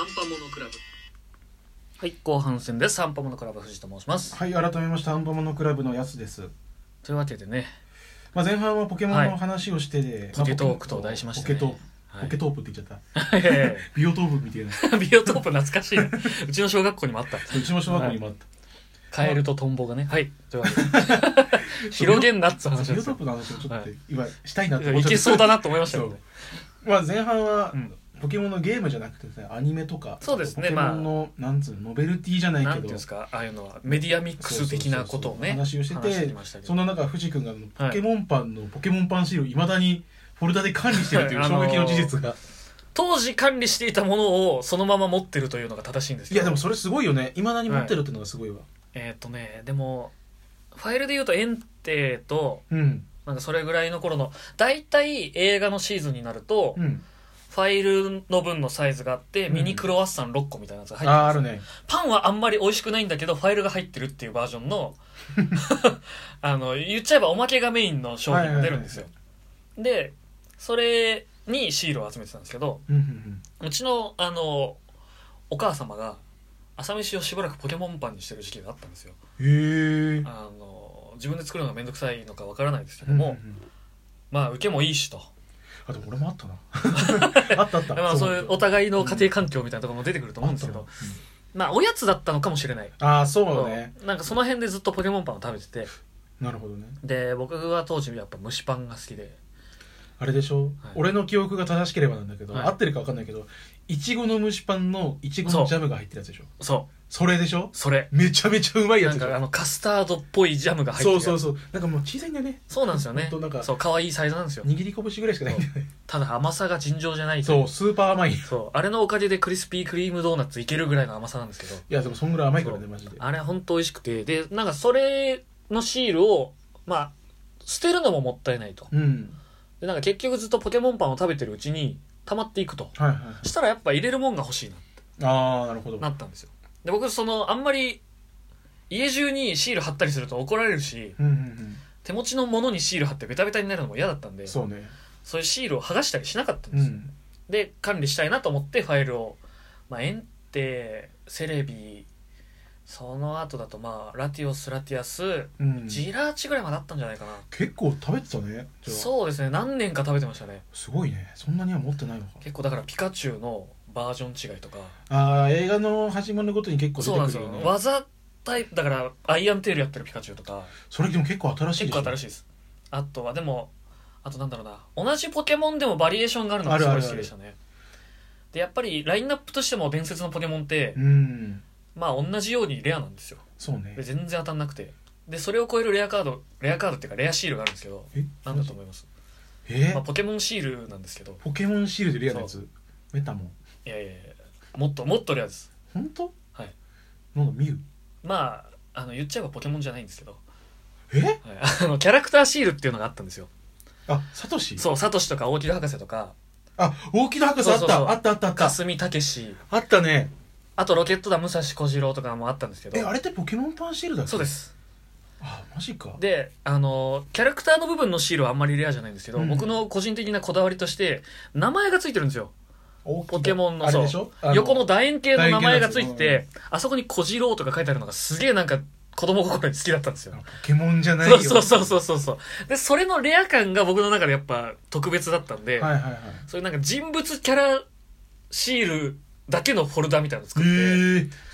ハンパモノクラブ。 はい、後半戦です。ハンパモノクラブ藤と申します。 はい、改めましてハンパモノクラブのやすです。 というわけでね、 前半はポケモンの話をしてで、 ポケトークと題しましたね。 ポケトープって言っちゃったビオトープみたいなビオトープ懐かしいねうちの小学校にもあった。 うちの小学校にもあった、 カエルとトンボがね。はい、というわけで広げんなっつう話ですよ。 ビオトープの話をちょっと今したいなと思っちゃった。いけそうだなと思いましたよね。 前半は、ポケモンのゲームじゃなくてアニメとか、 そうですね、 ポケモンの、なんつうのノベルティじゃないけど、 なんていうんですか、ああいうのはメディアミックス的なことをね話をしてて、その中藤君がポケモンパンのポケモンパンシールをいまだにフォルダで管理してるという衝撃の事実が、 当時管理していたものをそのまま持ってるというのが正しいんですけど、 いやでもそれすごいよね、いまだに持ってるっていうのがすごいわ。 でもファイルで言うとエンテと、なんかそれぐらいの頃のだいたい映画のシーズンになると、ファイルの分のサイズがあって、ミニクロワッサン6個みたいなやつが入ってるんですよ。 あるね。 パンはあんまり美味しくないんだけどファイルが入ってるっていうバージョンの言っちゃえばおまけがメインの商品が出るんですよ。でそれにシールを集めてたんですけど、うちのお母様が朝飯をしばらくポケモンパンにしてる時期があったんですよ。 へえ。 自分で作るのがめんどくさいのかわからないですけども、まあ受けもいいしと。 でも俺もあったなあったまあそういうお互いの家庭環境みたいなところも出てくると思うんですけど、まあおやつだったのかもしれない。 ああそうね。 なんかその辺でずっとポケモンパンを食べてて。 なるほどね。 で僕は当時やっぱ蒸しパンが好きで、 あれでしょ、俺の記憶が正しければなんだけど、合ってるか分かんないけど、いちごの蒸しパンのいちごのジャムが入ってるやつでしょ。 それでしょ。 それめちゃめちゃうまいやつでしょ。 なんかカスタードっぽいジャムが入ってるやつ。 そうなんかもう小さいんだよね。 そうなんですよね。そう可愛いサイズなんですよ。 握り拳ぐらいしかないんだよね。 ただ甘さが尋常じゃない。 そうスーパー甘い。 そうあれのおかげでクリスピークリームドーナツいけるぐらいの甘さなんですけど。 いやでもそんぐらい甘いからねマジで。 あれほんと美味しくて、でなんかそれのシールを捨てるのももったいないと。でなんか結局ずっとポケモンパンを食べてるうちに溜まっていくと。したらやっぱ入れるもんが欲しいなってなるほどなったんですよ。で僕あんまり家中にシール貼ったりすると怒られるし、手持ちのものにシール貼ってベタベタになるのも嫌だったんで、そういうシールを剥がしたりしなかったんですよ。で管理したいなと思ってファイルを、エンテ、セレビ、その後だとラティオス、ラティアス、ジラーチぐらいまであったんじゃないかな。結構食べてたね。 そうですね、何年か食べてましたね。 すごいね。そんなには持ってないのか。 結構だからピカチュウのバージョン違いとか、 映画の始まるごとに結構出てくるよね。 そうなんですよ。技タイプだからアイアンテールやってるピカチュウとか。 それでも結構新しいでしょ。 結構新しいです。あとなんだろうな、同じポケモンでもバリエーションがあるのがすごい好きでしたね。でやっぱりラインナップとしても伝説のポケモンって同じようにレアなんですよ。 そうね。 で全然当たんなくて、でそれを超えるレアカードっていうかレアシールがあるんですけど、なんだと思います？ポケモンシールなんですけど。 ポケモンシールでレアなやつ？メタモン？ いやもっとレアです。 本当？ はい。 なんだミュウ？ 言っちゃえばポケモンじゃないんですけど、 キャラクターシールっていうのがあったんですよ。 サトシ？ そう、サトシとか大木戸博士とか。 大木戸博士あった。 霞武史あったね。 あとロケット団武蔵小次郎とかもあったんですけど。 あれってポケモンパンシールだっけ？ そうです。 マジか。 でキャラクターの部分のシールはあんまりレアじゃないんですけど、僕の個人的なこだわりとして名前がついてるんですよ。ポケモンの横の楕円形の名前がついてて、あそこに小次郎とか書いてあるのがすげえなんか子供心に好きだったんですよ。 ポケモンじゃないよ。 そうでそれのレア感が僕の中でやっぱ特別だったんで、そういうなんか人物キャラシールだけのフォルダみたいなの作って。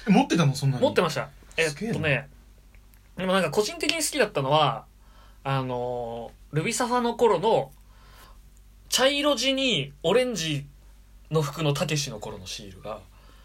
持ってたの？そんなに持ってました。でもなんか個人的に好きだったのはルビサファの頃の茶色地にオレンジの服のたけしの頃のシールが、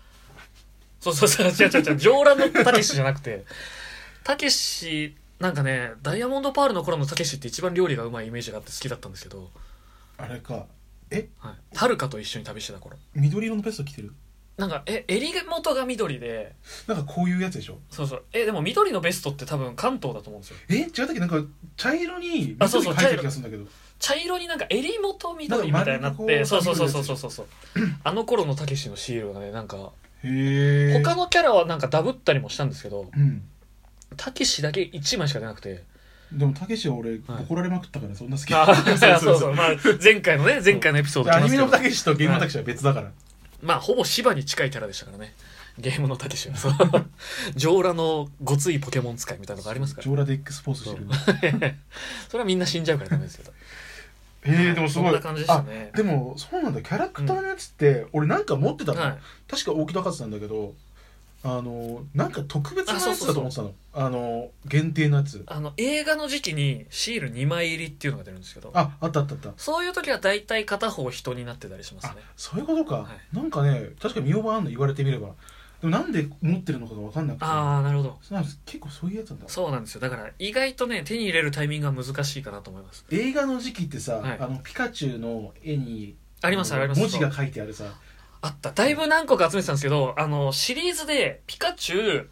違う上乱のたけしじゃなくて、たけしなんかね、ダイヤモンドパールの頃のたけしって一番料理がうまいイメージがあって好きだったんですけど。 あれかはるかと一緒に旅してた頃。 緑色のベスト着てる？ なんか襟元が緑で、 なんかこういうやつでしょ？ でも緑のベストって多分関東だと思うんですよ。 違ったっけ？なんか茶色に緑書いてる気がするんだけど。 茶色になんか襟元緑みたいになって、そうあの頃のたけしのシールがね、なんか他のキャラはなんかダブったりもしたんですけど、たけしだけ1枚しか出なくて。 でもたけしは俺怒られまくったからそんな好きそう前回のエピソードアニメのたけしとゲームのたけしは別だから。 まあほぼ芝に近いキャラでしたからね、ゲームのたけしは。上裸のごついポケモン使いみたいなのがありますから、 上裸で X ポーズしてるそれはみんな死んじゃうからダメですけど。 でもすごい。 そんな感じでしたね。 でもそうなんだ、キャラクターのやつって、俺なんか持ってたの、確か大木高津なんだけど、なんか特別なやつだと思ってたの。限定のやつ。 映画の時期にシール2枚入りっていうのが出るんですけど、 あったあったあった。 そういう時は大体片方人になってたりしますね。 そういうことか、なんかね、確か見覚えあんの、言われてみれば。でもなんで持ってるのかが分かんなくて。 なるほど。 結構そういうやつなんだ。 そうなんですよ。だから意外とね、手に入れるタイミングが難しいかなと思います。 映画の時期ってさ、ピカチュウの絵にありますあります。 文字が書いてあるさ、 あった。だいぶ何個か集めてたんですけど、シリーズでピカチュウ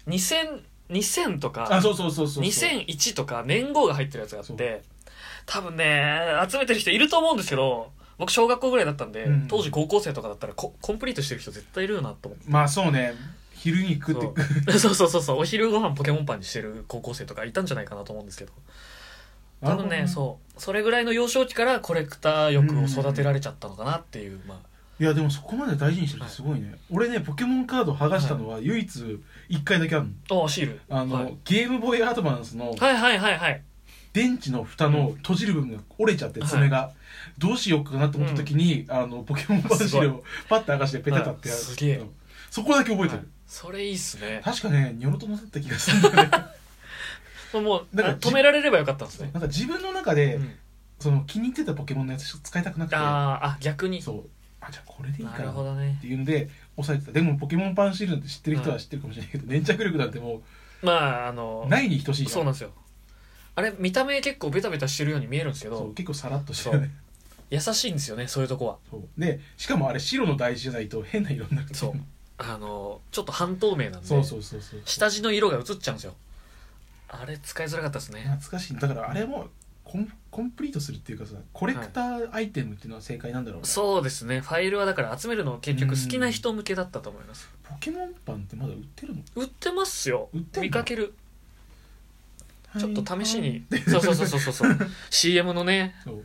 2000とか、 そう 2001とか年号が入ってるやつがあって、多分ね、集めてる人いると思うんですけど、僕小学校ぐらいだったんで、当時高校生とかだったらコンプリートしてる人絶対いるよなと思って。 まあそうね、昼に食ってそうお昼ご飯ポケモンパンにしてる高校生とかいたんじゃないかなと思うんですけど、多分ね、それぐらいの幼少期からコレクター欲を育てられちゃったのかなっていう、 いやでもそこまで大事にしてるってすごいね。俺ね、ポケモンカード剥がしたのは唯一1回だけあるの。シール。 ゲームボーイアドバンスの電池の蓋の閉じる部分が折れちゃって、爪がどうしようかなと思った時に、ポケモンパンシールをパッと剥がしてペタタってやる。 すげえ。 そこだけ覚えてる。 それいいっすね。 確かね、ニョロトノだった気がするんだよね。 もう止められればよかったんですね。 なんか自分の中で気に入ってたポケモンのやつ使いたくなくて、 逆に。 そう、じゃあこれでいいかなってっいうので抑えてた。でもポケモンパンシールって知ってる人は知ってるかもしれないけど、粘着力なんてもうないに等しいじゃん。 そうなんですよ。あれ見た目結構ベタベタしてるように見えるんですけど、 結構サラッとしてるね。 優しいんですよね、そういうとこは。 でしかもあれ白の台紙じゃないと変な色になる。 そうちょっと半透明なんで、 そう下地の色が映っちゃうんですよ。あれ使いづらかったですね。 懐かしい。だからあれもコンプリートするっていうかさ、コレクターアイテムっていうのは正解なんだろうね。 そうですね。ファイルはだから集めるの結局好きな人向けだったと思います。 ポケモンパンってまだ売ってるの？ 売ってますよ。見かける。ちょっと試しに。そう。CM のね。そう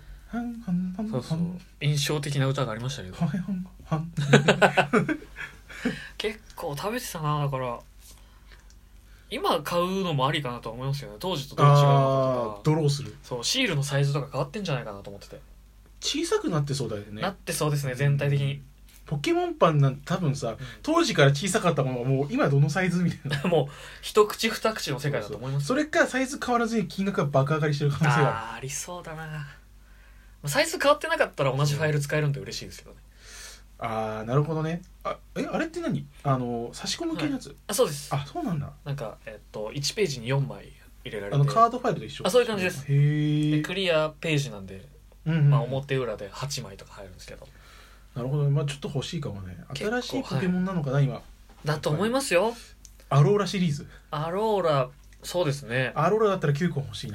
印象的な歌がありましたけど。結構食べてたな。だから今買うのもありかなと思いますよね。当時とどう違うのかとか。 ドローする。 そうシールのサイズとか変わってんじゃないかなと思ってて。 小さくなってそうだよね。 なってそうですね、全体的に。 ポケモンパンなんて多分さ、当時から小さかったものがもう今どのサイズみたいな。 もう一口二口の世界だと思います。 それかサイズ変わらずに金額が爆上がりしてる可能性がありそうだな。サイズ変わってなかったら同じファイル使えるんで嬉しいですけどね。 なるほどね。あれって何？差し込む系のやつ？ そうです。 そうなんだ。 なんか1ページに4枚入れられて、 カードファイルと一緒？ そういう感じです。 へえ。 クリアページなんで、表裏で8枚とか入るんですけど。 なるほど。ちょっと欲しいかもね。新しいポケモンなのかな、今。 だと思いますよ。 アローラシリーズ。 アローラ、そうですね。 アローラだったら9個欲しいな。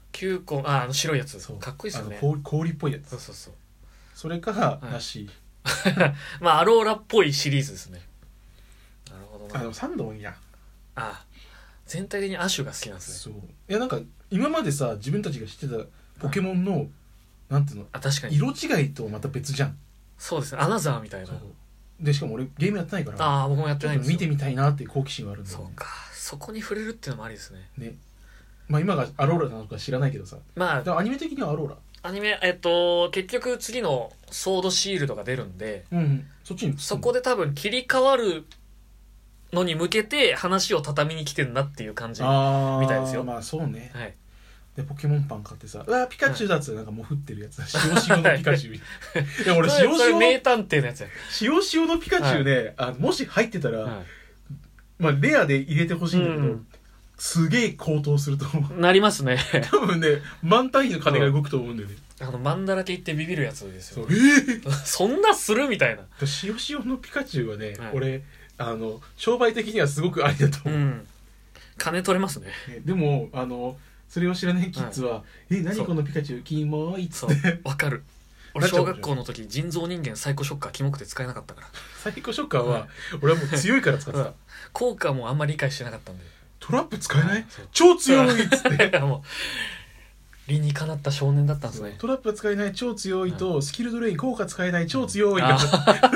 9個、白いやつ。かっこいいですよね。 氷っぽいやつ。そう。それからしい。 アローラっぽいシリーズですね。なるほどな。 でもサンドもいいな。 全体的にアシュが好きなんですね。そう。いやなんか今までさ、自分たちが知ってたポケモンのなんていうの、 確かに色違いとまた別じゃん。 そうですね。アナザーみたいな。 でしかも俺ゲームやってないから。 僕もやってないんですよ。 見てみたいなっていう好奇心があるんだよね。 そうか。そこに触れるっていうのもありですね。 ね。今がアローラなのか知らないけどさ。アニメ的にはアローラ。 アニメ結局次のソードシールドが出るんで、そこで多分切り替わるのに向けて話を畳みに来てるなっていう感じみたいですよ。 そうね。はい。でポケモンパン買ってさ、ピカチュウだっつってなんかもう降ってるやつだ。塩のピカチュウ。いや俺それ名探偵のやつや。 塩のピカチュウね、もし入ってたら、レアで入れてほしいんだけど。すげえ高騰すると思う。 なりますね。 多分ね、万単位の金が動くと思うんだよね。 マンだらけ言ってビビるやつですよ。そんなするみたいな。 塩のピカチュウはね、俺、商売的にはすごくありだと思う。 金取れますね。 でも、それを知らないキッズは、何このピカチュウ、キモいっつって。 わかる。俺小学校の時、人造人間サイコショッカーキモくて使えなかったから。 サイコショッカーは、俺はもう強いから使ってた。 効果もあんまり理解してなかったんで。 トラップ使えない？超強いっつってもう理にかなった少年だったんですね。 トラップ使えない超強いと、スキルドレイン効果使えない超強い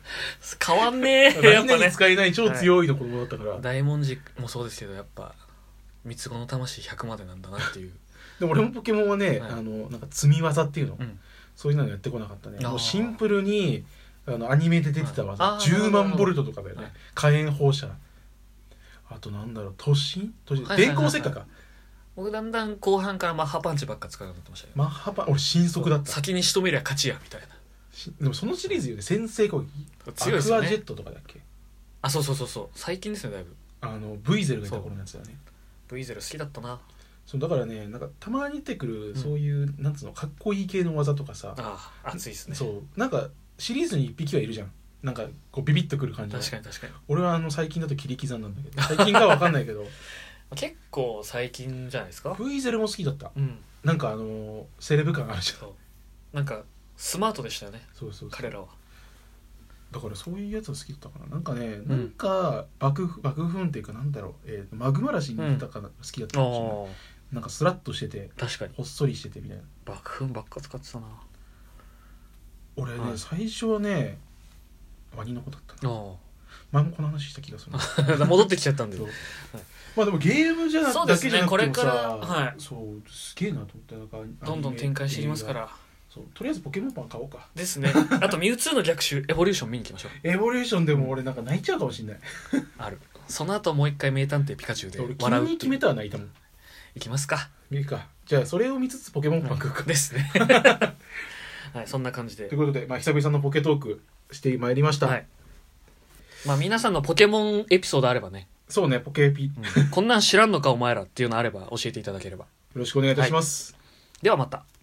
変わんねえやっぱね使えない超強いの子供だったから、 大文字もそうですけどやっぱ三つ子の魂100までなんだなっていうでも俺もポケモンはね、なんか積み技っていうの、そういうのやってこなかったね。もうシンプルにアニメで出てた技、10万ボルトとかだよね、火炎放射、あとなんだろう、突進電光石火か。 僕だんだん後半からマッハパンチばっか使うようになってましたよ。 マッハパン俺神速だった。 先に仕留めりゃ勝ちやみたいな。 でもそのシリーズよね、先制攻撃強いですよね。アクアジェットとかだっけ。 あ、そう最近ですねだいぶ。ブイゼルがいた頃のやつだね。 ブイゼル好きだったな。 そうだからね、なんかたまに出てくるそういう、なんつうのかっこいい系の技とかさ、 熱いですね。 そうなんかシリーズに1匹はいるじゃん。なんかこうビビッとくる感じ。 確かに俺は最近だと切り刻んなんだけど、最近かは分かんないけど結構最近じゃないですか。 ブイゼルも好きだった、なんかセレブ感あるじゃん。 なんかスマートでしたよね。 そう彼らは。 だからそういうやつが好きだったかな。なんかね、なんか爆風っていうかなんだろう、マグマラシに似てたから好きだったかもしれない。なんかスラッとしてて、 確かにほっそりしててみたいな。 爆風ばっか使ってたな。 俺ね、最初はねワニの子だったな。前もこの話した気がする戻ってきちゃったんで、 まあでもゲームじゃなくてだけじゃなくてもさ、 そうすげえなと思って、なんかどんどん展開していきますから、 そうとりあえずポケモンパン買おうかですね。あとミュウツーの逆襲エボリューション見に行きましょう。 エボリューションでも俺なんか泣いちゃうかもしれない。 ある。その後もう一回名探偵ピカチュウで笑う。君に決めたら泣いたもん。 行きますか。 いいか。じゃあそれを見つつポケモンパン食うか、 ですね。はい、そんな感じでということで、久々のポケトークしてまいりました。 皆さんのポケモンエピソードあればね。 そうね、ポケエピ、 こんなん知らんのかお前らっていうのあれば教えていただければよろしくお願いいたします。 ではまた。